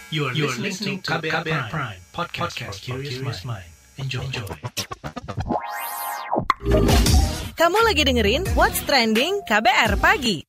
You are listening to KBR Prime, podcast for curious mind. Enjoy. Kamu lagi dengerin What's Trending KBR Pagi.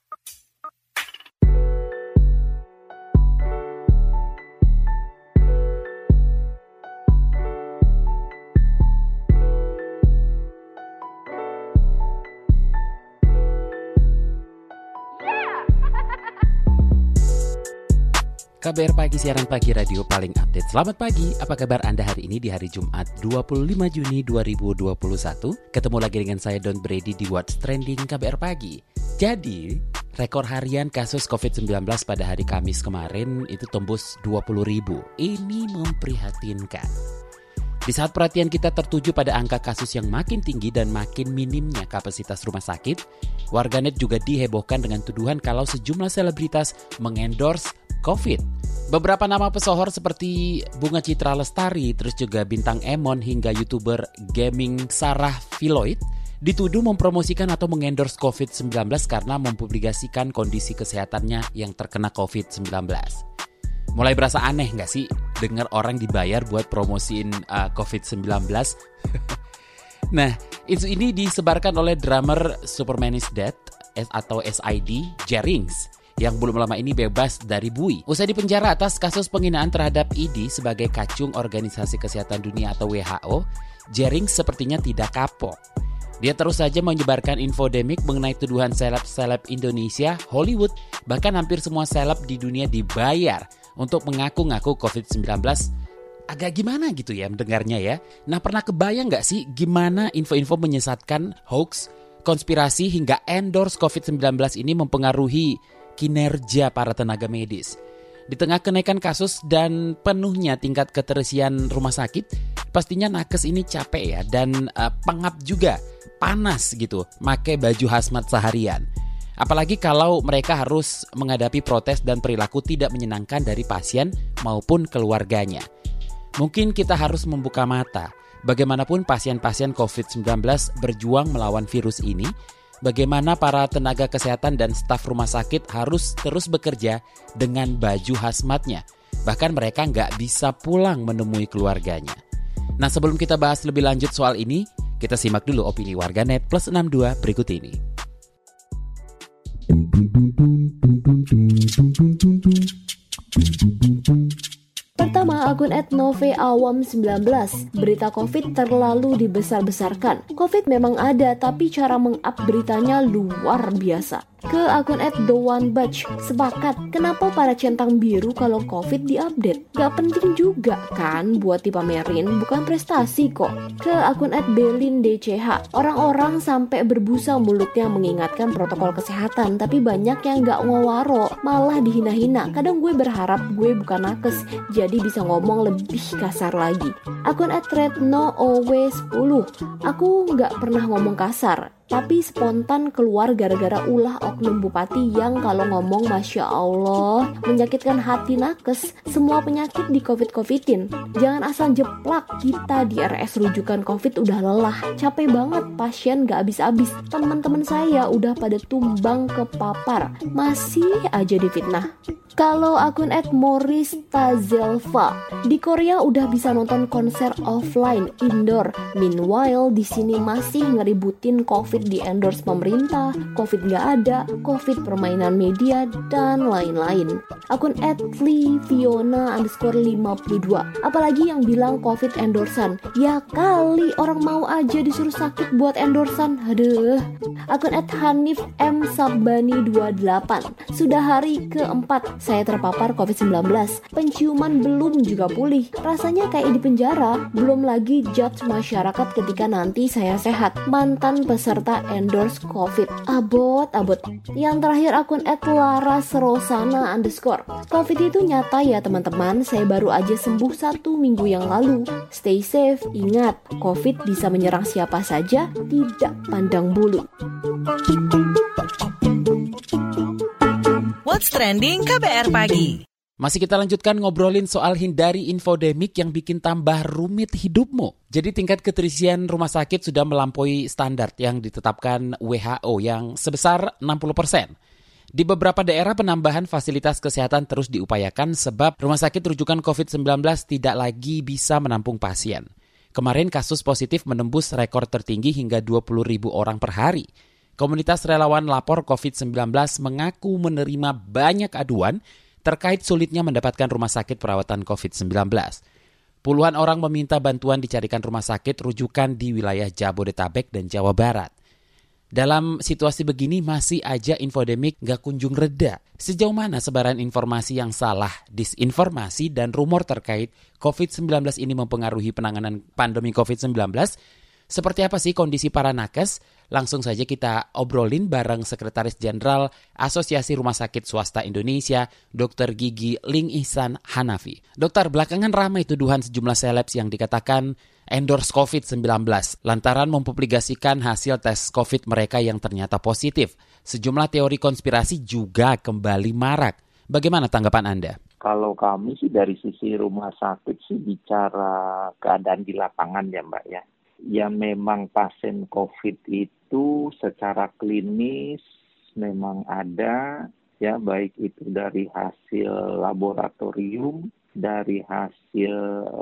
KBR Pagi, siaran pagi radio paling update. Selamat pagi, apa kabar Anda hari ini di hari Jumat 25 Juni 2021? Ketemu lagi dengan saya Don Brady di What's Trending KBR Pagi. Jadi, rekor harian kasus COVID-19 pada hari Kamis kemarin itu tembus 20.000. Ini memprihatinkan. Di saat perhatian kita tertuju pada angka kasus yang makin tinggi dan makin minimnya kapasitas rumah sakit, warganet juga dihebohkan dengan tuduhan kalau sejumlah selebritas mengendorse COVID. Beberapa nama pesohor seperti Bunga Citra Lestari, terus juga bintang Emon hingga YouTuber gaming Sarah Filoid dituduh mempromosikan atau mengendorse COVID-19 karena mempublikasikan kondisi kesehatannya yang terkena COVID-19. Mulai berasa aneh nggak sih dengar orang dibayar buat promosiin COVID-19? Nah, ini disebarkan oleh drummer Superman is Dead atau SID, Jerings, yang belum lama ini bebas dari bui. Usai dipenjara atas kasus penghinaan terhadap ID sebagai kacung Organisasi Kesehatan Dunia atau WHO, Jerings sepertinya tidak kapok. Dia terus saja menyebarkan infodemik mengenai tuduhan seleb-seleb Indonesia, Hollywood, bahkan hampir semua seleb di dunia dibayar untuk mengaku-ngaku COVID-19. Agak gimana gitu ya mendengarnya ya. Nah, pernah kebayang nggak sih gimana info-info menyesatkan, hoax, konspirasi hingga endorse COVID-19 ini mempengaruhi kinerja para tenaga medis? Di tengah kenaikan kasus dan penuhnya tingkat keterisian rumah sakit, pastinya nakes ini capek ya dan pengap juga, panas gitu, pakai baju hazmat seharian. Apalagi kalau mereka harus menghadapi protes dan perilaku tidak menyenangkan dari pasien maupun keluarganya. Mungkin kita harus membuka mata. Bagaimanapun pasien-pasien COVID-19 berjuang melawan virus ini, bagaimana para tenaga kesehatan dan staf rumah sakit harus terus bekerja dengan baju hazmatnya. Bahkan mereka nggak bisa pulang menemui keluarganya. Nah, sebelum kita bahas lebih lanjut soal ini, kita simak dulu opini warganet plus 62 berikut ini. Pertama, akun @noveawam19. Berita COVID terlalu dibesar-besarkan. COVID memang ada, tapi cara meng-up beritanya luar biasa. Ke akun @doanbach, sepakat. Kenapa para centang biru kalau COVID diupdate? Gak penting juga kan buat dipamerin, bukan prestasi kok. Ke akun @belindch, orang-orang sampai berbusa mulutnya mengingatkan protokol kesehatan, tapi banyak yang gak ngewaro, malah dihina-hina. Kadang gue berharap gue bukan nakes, jadi bisa ngomong lebih kasar lagi. Akun @retnoow10, aku gak pernah ngomong kasar, tapi spontan keluar gara-gara ulah oknum bupati yang kalau ngomong Masya Allah menyakitkan hati nakes. Semua penyakit di COVID-COVIDin. Jangan asal jeplak. Kita di RS rujukan COVID udah lelah, capek banget, pasien gak habis-habis. Teman-teman saya udah pada tumbang kepapar, masih aja difitnah. Kalau akun @morris_tazelva, di Korea udah bisa nonton konser offline, indoor. Meanwhile, di sini masih ngeributin COVID di endorse pemerintah, COVID gak ada, COVID permainan media, dan lain-lain. Akun @liviona_52, apalagi yang bilang COVID endorsan. Ya kali, orang mau aja disuruh sakit buat endorsan. Aduh. Akun @hanifmsabani28, sudah hari keempat saya terpapar COVID-19. Penciuman belum juga pulih. Rasanya kayak di penjara. Belum lagi judge masyarakat ketika nanti saya sehat. Mantan peserta endorse COVID. Abot. Yang terakhir akun @larasrosana_. COVID itu nyata ya teman-teman. Saya baru aja sembuh 1 minggu yang lalu. Stay safe. Ingat, COVID bisa menyerang siapa saja, tidak pandang bulu. What's Trending KBR Pagi. Masih kita lanjutkan ngobrolin soal hindari infodemik yang bikin tambah rumit hidupmu. Jadi tingkat keterisian rumah sakit sudah melampaui standar yang ditetapkan WHO yang sebesar 60%. Di beberapa daerah penambahan fasilitas kesehatan terus diupayakan sebab rumah sakit rujukan COVID-19 tidak lagi bisa menampung pasien. Kemarin kasus positif menembus rekor tertinggi hingga 20.000 orang per hari. Komunitas relawan lapor COVID-19 mengaku menerima banyak aduan terkait sulitnya mendapatkan rumah sakit perawatan COVID-19. Puluhan orang meminta bantuan dicarikan rumah sakit rujukan di wilayah Jabodetabek dan Jawa Barat. Dalam situasi begini masih aja infodemik gak kunjung reda. Sejauh mana sebaran informasi yang salah, disinformasi, dan rumor terkait COVID-19 ini mempengaruhi penanganan pandemi COVID-19? Seperti apa sih kondisi para nakes? Langsung saja kita obrolin bareng Sekretaris Jenderal Asosiasi Rumah Sakit Swasta Indonesia, Dr. Gigi Ling Ihsan Hanafi. Dokter, belakangan ramai tuduhan sejumlah selebs yang dikatakan endorse COVID-19 lantaran mempublikasikan hasil tes COVID mereka yang ternyata positif. Sejumlah teori konspirasi juga kembali marak. Bagaimana tanggapan Anda? Kalau kami sih dari sisi rumah sakit sih bicara keadaan di lapangan ya Mbak ya. Ya memang pasien COVID itu secara klinis memang ada ya, baik itu dari hasil laboratorium, dari hasil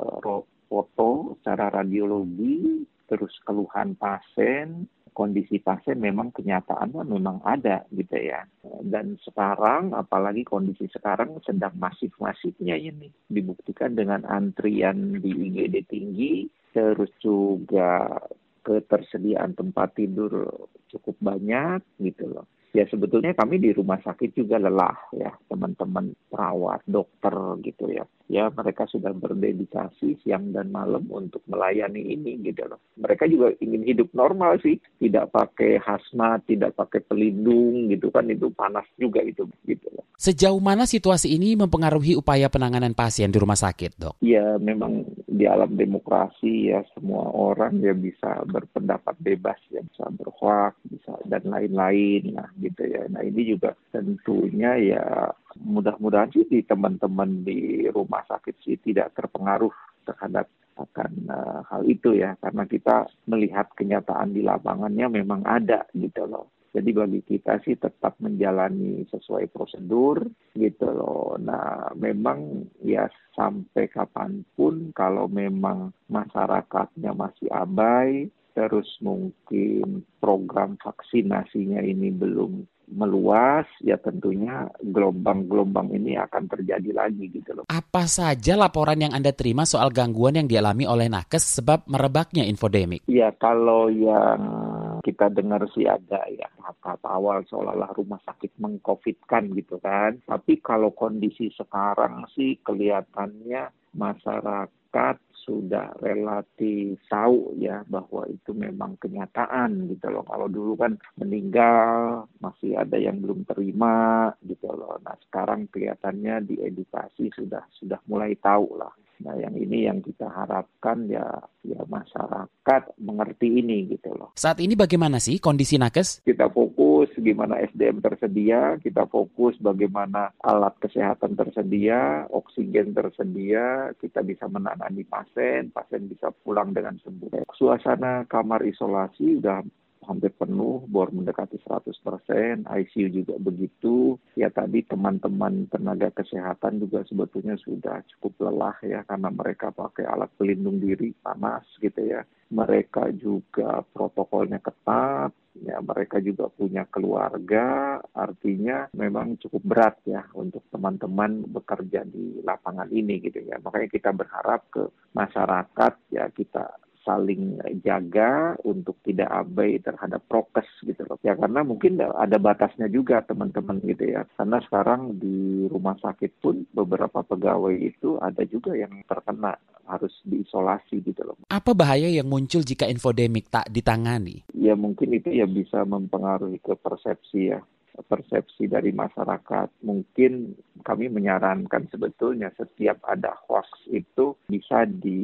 foto secara radiologi, terus keluhan pasien, kondisi pasien memang kenyataannya memang ada gitu ya. Dan sekarang apalagi kondisi sekarang sedang masif-masifnya ini dibuktikan dengan antrian di IGD tinggi, terus juga ketersediaan tempat tidur cukup banyak gitu loh. Ya sebetulnya kami di rumah sakit juga lelah ya, teman-teman perawat, dokter gitu ya. Ya mereka sudah berdedikasi siang dan malam untuk melayani ini gitu loh. Mereka juga ingin hidup normal sih, tidak pakai hazmat, tidak pakai pelindung gitu kan, itu panas juga itu gitu loh. Sejauh mana situasi ini mempengaruhi upaya penanganan pasien di rumah sakit, Dok? Ya memang di alam demokrasi ya semua orang ya bisa berpendapat bebas, ya bisa berhoak, bisa dan lain-lain lah gitu ya. Nah ini juga tentunya ya mudah-mudahan sih di teman-teman di rumah sakit sih tidak terpengaruh terhadap akan hal itu ya, karena kita melihat kenyataan di lapangannya memang ada gitu loh. Jadi bagi kita sih tetap menjalani sesuai prosedur gitu loh. Nah memang ya sampai kapanpun kalau memang masyarakatnya masih abai, terus mungkin program vaksinasinya ini belum meluas, ya tentunya gelombang-gelombang ini akan terjadi lagi gitu loh. Apa saja laporan yang Anda terima soal gangguan yang dialami oleh nakes sebab merebaknya infodemik? Ya kalau yang kita dengar sih ada ya tahap awal seolah-olah rumah sakit meng-COVID-kan gitu kan. Tapi kalau kondisi sekarang sih kelihatannya masyarakat sudah relatif tahu ya bahwa itu memang kenyataan gitu loh. Kalau dulu kan meninggal masih ada yang belum terima gitu loh. Nah sekarang kelihatannya di edukasi sudah mulai tahu lah. Nah yang ini yang kita harapkan ya masyarakat mengerti ini gitu loh. Saat ini bagaimana sih kondisi nakes? Kita fokus gimana SDM tersedia, kita fokus bagaimana alat kesehatan tersedia, oksigen tersedia, kita bisa menangani pasien bisa pulang dengan sembuh. Suasana kamar isolasi udah hampir penuh, bor mendekati 100%, ICU juga begitu. Ya tadi teman-teman tenaga kesehatan juga sebetulnya sudah cukup lelah ya, karena mereka pakai alat pelindung diri panas gitu ya. Mereka juga protokolnya ketat, ya mereka juga punya keluarga, artinya memang cukup berat ya untuk teman-teman bekerja di lapangan ini gitu ya. Makanya kita berharap ke masyarakat ya kita saling jaga untuk tidak abai terhadap prokes gitu loh. Ya karena mungkin ada batasnya juga teman-teman gitu ya. Karena sekarang di rumah sakit pun beberapa pegawai itu ada juga yang terkena, harus diisolasi gitu loh. Apa bahaya yang muncul jika infodemik tak ditangani? Ya mungkin itu ya bisa mempengaruhi ke persepsi ya. Persepsi dari masyarakat. Mungkin kami menyarankan sebetulnya setiap ada hoax itu bisa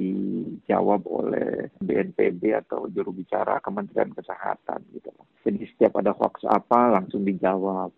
dijawab oleh BNPB atau juru bicara Kementerian Kesehatan gitu. Jadi setiap ada hoax apa langsung dijawab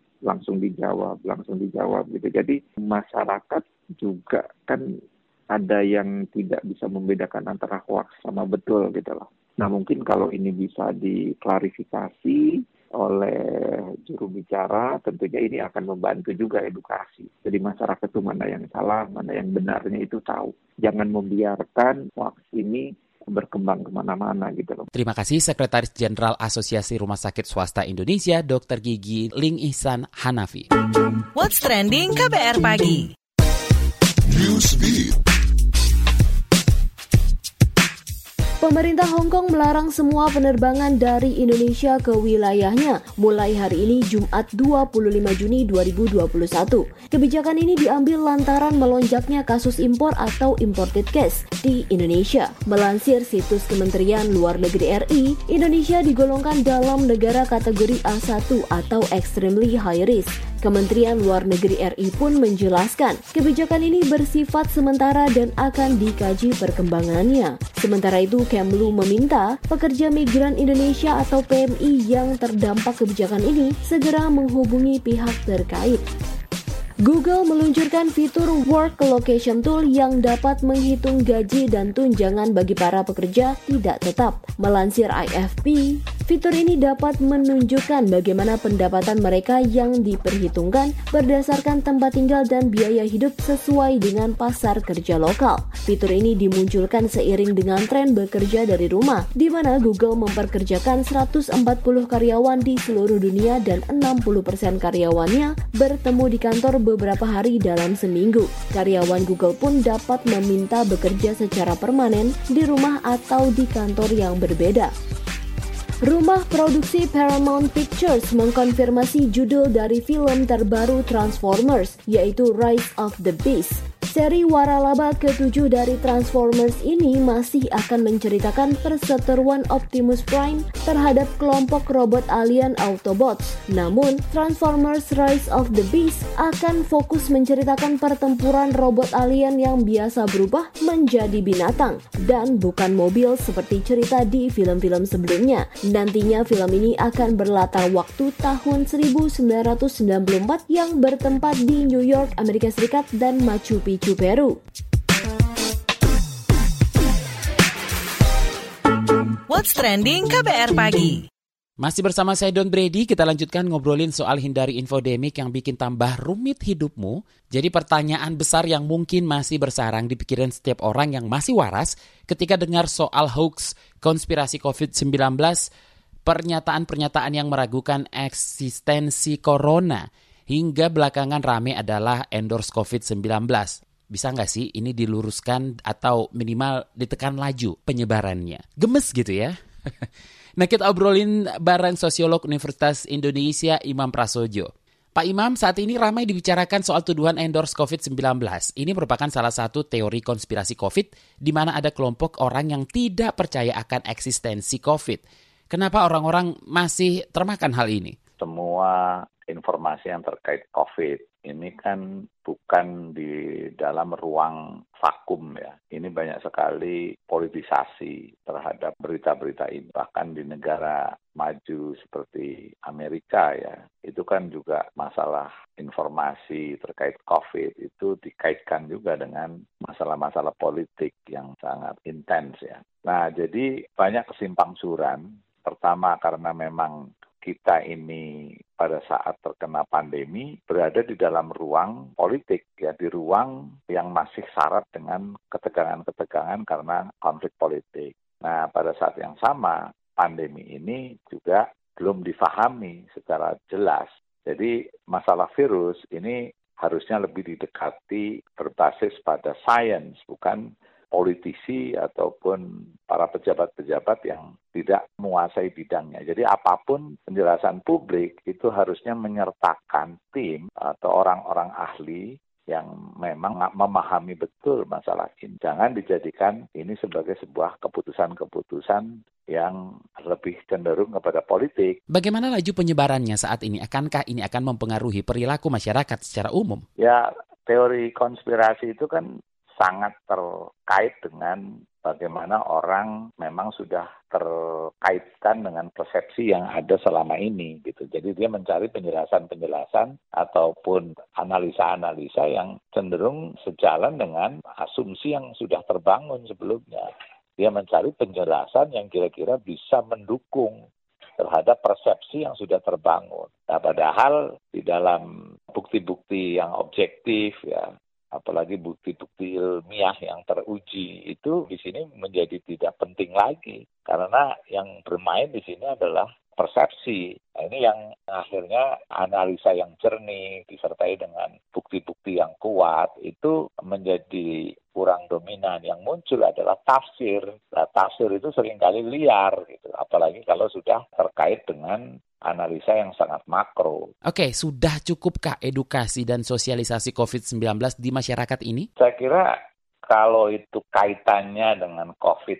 gitu. Jadi masyarakat juga kan ada yang tidak bisa membedakan antara hoax sama betul gitu loh. Nah mungkin kalau ini bisa diklarifikasi, oleh juru bicara, tentunya ini akan membantu juga edukasi. Jadi masyarakat itu mana yang salah, mana yang benarnya itu tahu. Jangan membiarkan hoax ini berkembang kemana-mana gitu loh. Terima kasih Sekretaris Jenderal Asosiasi Rumah Sakit Swasta Indonesia, Dr. Gigi Ling Ihsan Hanafi. What's Trending KBR Pagi. Newsbeat. Pemerintah Hong Kong melarang semua penerbangan dari Indonesia ke wilayahnya mulai hari ini Jumat 25 Juni 2021. Kebijakan ini diambil lantaran melonjaknya kasus impor atau imported case di Indonesia. Melansir situs Kementerian Luar Negeri RI, Indonesia digolongkan dalam negara kategori A1 atau extremely high risk. Kementerian Luar Negeri RI pun menjelaskan, kebijakan ini bersifat sementara dan akan dikaji perkembangannya. Sementara itu, Kemlu meminta pekerja migran Indonesia atau PMI yang terdampak kebijakan ini segera menghubungi pihak terkait. Google meluncurkan fitur Work Location Tool yang dapat menghitung gaji dan tunjangan bagi para pekerja tidak tetap. Melansir AFP, fitur ini dapat menunjukkan bagaimana pendapatan mereka yang diperhitungkan berdasarkan tempat tinggal dan biaya hidup sesuai dengan pasar kerja lokal. Fitur ini dimunculkan seiring dengan tren bekerja dari rumah, di mana Google memperkerjakan 140 karyawan di seluruh dunia dan 60% karyawannya bertemu di kantor beberapa hari dalam seminggu. Karyawan Google pun dapat meminta bekerja secara permanen di rumah atau di kantor yang berbeda. Rumah produksi Paramount Pictures mengkonfirmasi judul dari film terbaru Transformers, yaitu Rise of the Beasts. Seri waralaba ke-7 dari Transformers ini masih akan menceritakan perseteruan Optimus Prime terhadap kelompok robot alien Autobots. Namun, Transformers Rise of the Beasts akan fokus menceritakan pertempuran robot alien yang biasa berubah menjadi binatang dan bukan mobil seperti cerita di film-film sebelumnya. Nantinya film ini akan berlatar waktu tahun 1994 yang bertempat di New York, Amerika Serikat dan Machu Picchu, Peru. What's Trending KBR Pagi. Masih bersama saya Don Brady, kita lanjutkan ngobrolin soal hindari infodemik yang bikin tambah rumit hidupmu. Jadi pertanyaan besar yang mungkin masih bersarang di pikiran setiap orang yang masih waras ketika dengar soal hoax konspirasi COVID-19, pernyataan-pernyataan yang meragukan eksistensi corona, hingga belakangan rame adalah endorse COVID-19. Bisa nggak sih ini diluruskan atau minimal ditekan laju penyebarannya? Gemes gitu ya. Nah, kita obrolin bareng sosiolog Universitas Indonesia Imam Prasojo. Pak Imam, saat ini ramai dibicarakan soal tuduhan endorse COVID-19. Ini merupakan salah satu teori konspirasi COVID di mana ada kelompok orang yang tidak percaya akan eksistensi COVID. Kenapa orang-orang masih termakan hal ini? Semua informasi yang terkait COVID ini kan bukan di dalam ruang vakum ya. Ini banyak sekali politisasi terhadap berita-berita ini. Bahkan di negara maju seperti Amerika ya, itu kan juga masalah informasi terkait COVID itu dikaitkan juga dengan masalah-masalah politik yang sangat intens ya. Nah, jadi banyak kesimpangsuran. Pertama karena memang kita ini pada saat terkena pandemi berada di dalam ruang politik ya, di ruang yang masih syarat dengan ketegangan-ketegangan karena konflik politik. Nah, pada saat yang sama pandemi ini juga belum difahami secara jelas. Jadi masalah virus ini harusnya lebih didekati berbasis pada sains, bukan politisi ataupun para pejabat-pejabat yang tidak menguasai bidangnya. Jadi apapun penjelasan publik itu harusnya menyertakan tim atau orang-orang ahli yang memang memahami betul masalah ini. Jangan dijadikan ini sebagai sebuah keputusan-keputusan yang lebih cenderung kepada politik. Bagaimana laju penyebarannya saat ini? Akankah ini akan mempengaruhi perilaku masyarakat secara umum? Ya, teori konspirasi itu kan sangat terkait dengan bagaimana orang memang sudah terkaitkan dengan persepsi yang ada selama ini gitu. Jadi dia mencari penjelasan-penjelasan ataupun analisa-analisa yang cenderung sejalan dengan asumsi yang sudah terbangun sebelumnya. Dia mencari penjelasan yang kira-kira bisa mendukung terhadap persepsi yang sudah terbangun. Nah, padahal di dalam bukti-bukti yang objektif ya, apalagi bukti-bukti ilmiah yang teruji itu di sini menjadi tidak penting lagi karena yang bermain di sini adalah persepsi. Nah, ini yang akhirnya analisa yang jernih disertai dengan bukti-bukti yang kuat itu menjadi kurang dominan. Yang muncul adalah tafsir. Nah, tafsir itu seringkali liar gitu, apalagi kalau sudah terkait dengan analisa yang sangat makro. Oke, sudah cukupkah edukasi dan sosialisasi COVID-19 di masyarakat ini? Saya kira kalau itu kaitannya dengan COVID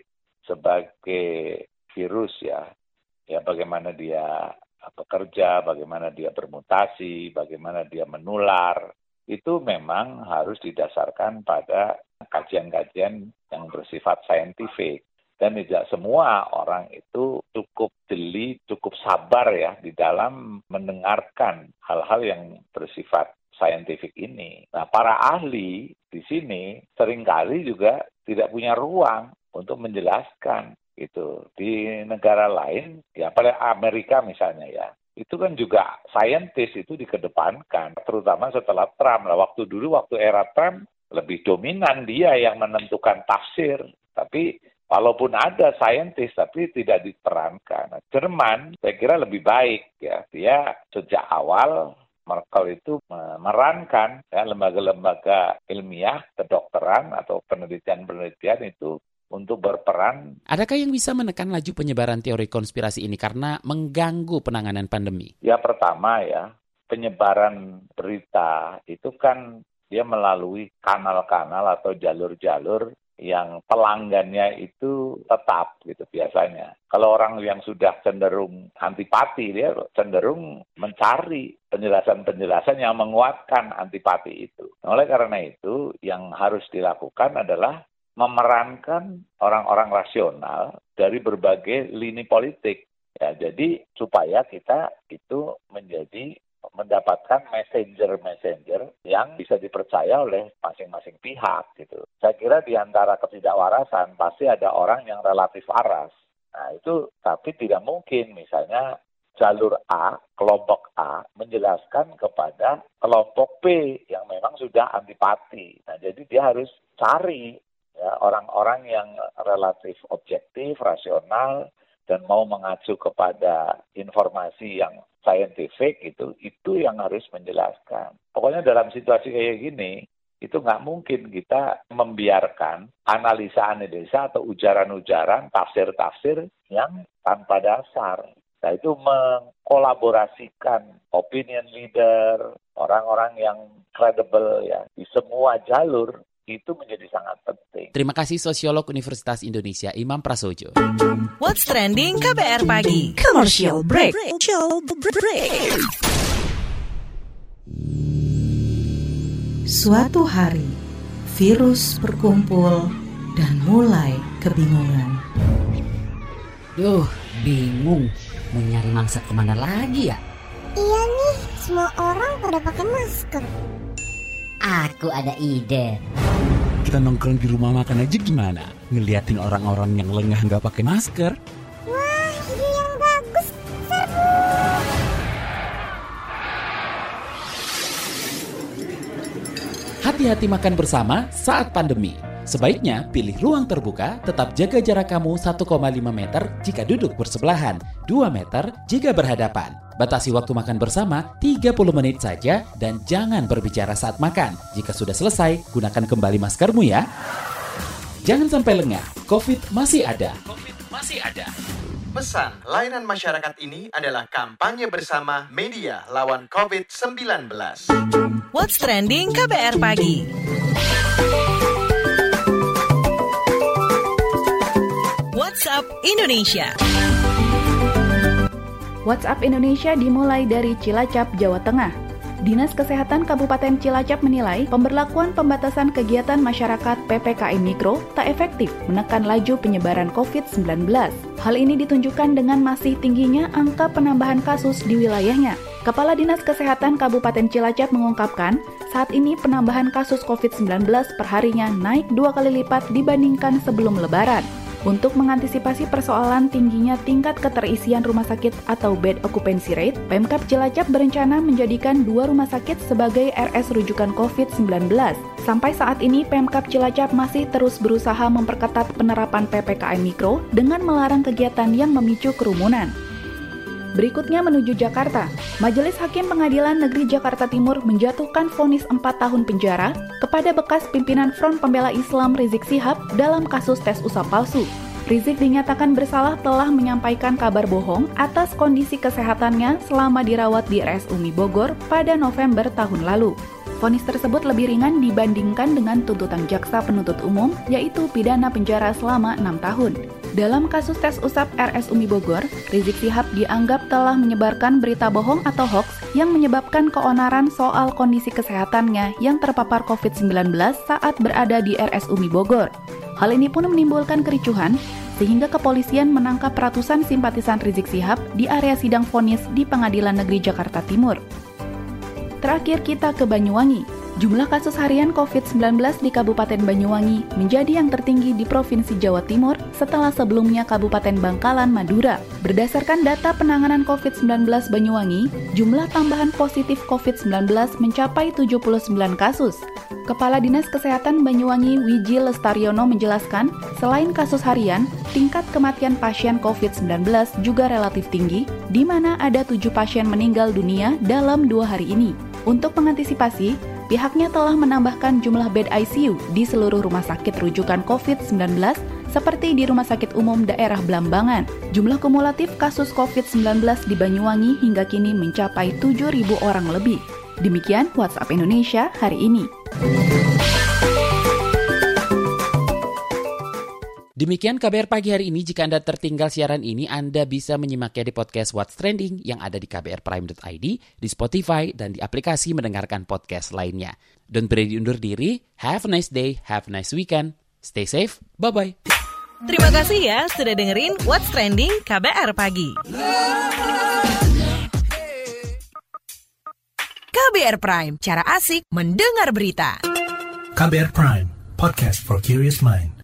sebagai virus ya bagaimana dia bekerja, bagaimana dia bermutasi, bagaimana dia menular, itu memang harus didasarkan pada kajian-kajian yang bersifat saintifik. Dan tidak semua orang itu cukup jeli, cukup sabar ya di dalam mendengarkan hal-hal yang bersifat saintifik ini. Nah, para ahli di sini seringkali juga tidak punya ruang untuk menjelaskan gitu. Di negara lain, ya pada Amerika misalnya ya, itu kan juga saintis itu dikedepankan, terutama setelah Trump. Nah, waktu era Trump, lebih dominan dia yang menentukan tafsir. Tapi walaupun ada saintis, tapi tidak diperankan. Nah, Jerman saya kira lebih baik ya. Dia sejak awal Merkel itu memerankan ya, lembaga-lembaga ilmiah, kedokteran atau penelitian-penelitian itu untuk berperan. Adakah yang bisa menekan laju penyebaran teori konspirasi ini karena mengganggu penanganan pandemi? Ya pertama ya, penyebaran berita itu kan dia melalui kanal-kanal atau jalur-jalur yang pelanggannya itu tetap gitu biasanya. Kalau orang yang sudah cenderung antipati, dia cenderung mencari penjelasan-penjelasan yang menguatkan antipati itu. Oleh karena itu, yang harus dilakukan adalah memerankan orang-orang rasional dari berbagai lini politik. Ya, jadi supaya kita itu mendapatkan messenger yang bisa dipercaya oleh masing-masing pihak gitu. Saya kira di antara ketidakwarasan pasti ada orang yang relatif waras. Nah, itu tapi tidak mungkin misalnya jalur A, kelompok A menjelaskan kepada kelompok B yang memang sudah antipati. Nah, jadi dia harus cari ya, orang-orang yang relatif objektif, rasional, dan mau mengacu kepada informasi yang saintifik itu yang harus menjelaskan. Pokoknya dalam situasi kayak gini, itu nggak mungkin kita membiarkan analisa-analisa atau ujaran-ujaran, tafsir-tafsir yang tanpa dasar. Nah, itu mengkolaborasikan opinion leader, orang-orang yang credible ya di semua jalur, itu menjadi sangat penting. Terima kasih Sosiolog Universitas Indonesia Imam Prasojo. What's Trending KBR Pagi. Commercial break. Suatu hari, virus berkumpul dan mulai kebingungan. Bingung. Mau nyari mangsa kemana lagi ya? Iya nih, semua orang pada pakai masker. Aku ada ide. Kita nongkrong di rumah makan aja gimana? Ngeliatin orang-orang yang lengah nggak pakai masker. Wah, ide yang bagus. Seru. Hati-hati makan bersama saat pandemi. Sebaiknya pilih ruang terbuka, tetap jaga jarak kamu 1,5 meter jika duduk bersebelahan, 2 meter jika berhadapan. Batasi waktu makan bersama 30 menit saja dan jangan berbicara saat makan. Jika sudah selesai, gunakan kembali maskermu ya. Jangan sampai lengah, COVID masih ada. Pesan layanan masyarakat ini adalah kampanye bersama media lawan COVID-19. What's Trending KBR Pagi. WhatsApp Indonesia. WhatsApp Indonesia dimulai dari Cilacap, Jawa Tengah. Dinas Kesehatan Kabupaten Cilacap menilai pemberlakuan pembatasan kegiatan masyarakat PPKM Mikro tak efektif menekan laju penyebaran COVID-19. Hal ini ditunjukkan dengan masih tingginya angka penambahan kasus di wilayahnya. Kepala Dinas Kesehatan Kabupaten Cilacap mengungkapkan, saat ini penambahan kasus COVID-19 perharinya naik 2 kali lipat dibandingkan sebelum Lebaran. Untuk mengantisipasi persoalan tingginya tingkat keterisian rumah sakit atau bed occupancy rate, Pemkab Cilacap berencana menjadikan 2 rumah sakit sebagai RS rujukan COVID-19. Sampai saat ini, Pemkab Cilacap masih terus berusaha memperketat penerapan PPKM Mikro dengan melarang kegiatan yang memicu kerumunan. Berikutnya menuju Jakarta. Majelis Hakim Pengadilan Negeri Jakarta Timur menjatuhkan vonis 4 tahun penjara kepada bekas pimpinan Front Pembela Islam Rizik Syihab dalam kasus tes usap palsu. Rizik dinyatakan bersalah telah menyampaikan kabar bohong atas kondisi kesehatannya selama dirawat di RS Umi Bogor pada November tahun lalu. Vonis tersebut lebih ringan dibandingkan dengan tuntutan jaksa penuntut umum, yaitu pidana penjara selama 6 tahun. Dalam kasus tes usap RS Umi Bogor, Rizik Syihab dianggap telah menyebarkan berita bohong atau hoax yang menyebabkan keonaran soal kondisi kesehatannya yang terpapar COVID-19 saat berada di RS Umi Bogor. Hal ini pun menimbulkan kericuhan, sehingga kepolisian menangkap ratusan simpatisan Rizik Syihab di area sidang vonis di Pengadilan Negeri Jakarta Timur. Terakhir kita ke Banyuwangi. Jumlah kasus harian COVID-19 di Kabupaten Banyuwangi menjadi yang tertinggi di Provinsi Jawa Timur setelah sebelumnya Kabupaten Bangkalan, Madura. Berdasarkan data penanganan COVID-19 Banyuwangi, jumlah tambahan positif COVID-19 mencapai 79 kasus. Kepala Dinas Kesehatan Banyuwangi Wiji Lestaryono menjelaskan, selain kasus harian, tingkat kematian pasien COVID-19 juga relatif tinggi, di mana ada 7 pasien meninggal dunia dalam 2 hari ini. Untuk mengantisipasi, pihaknya telah menambahkan jumlah bed ICU di seluruh rumah sakit rujukan COVID-19 seperti di Rumah Sakit Umum Daerah Blambangan. Jumlah kumulatif kasus COVID-19 di Banyuwangi hingga kini mencapai 7.000 orang lebih. Demikian WhatsApp Indonesia hari ini. Demikian KBR Pagi hari ini. Jika Anda tertinggal siaran ini, Anda bisa menyimaknya di podcast What's Trending yang ada di kbrprime.id, di Spotify, dan di aplikasi mendengarkan podcast lainnya. Don't be undur diri. Have a nice day, have a nice weekend. Stay safe, bye-bye. Terima kasih ya sudah dengerin What's Trending KBR Pagi. KBR Prime, cara asik mendengar berita. KBR Prime, podcast for curious mind.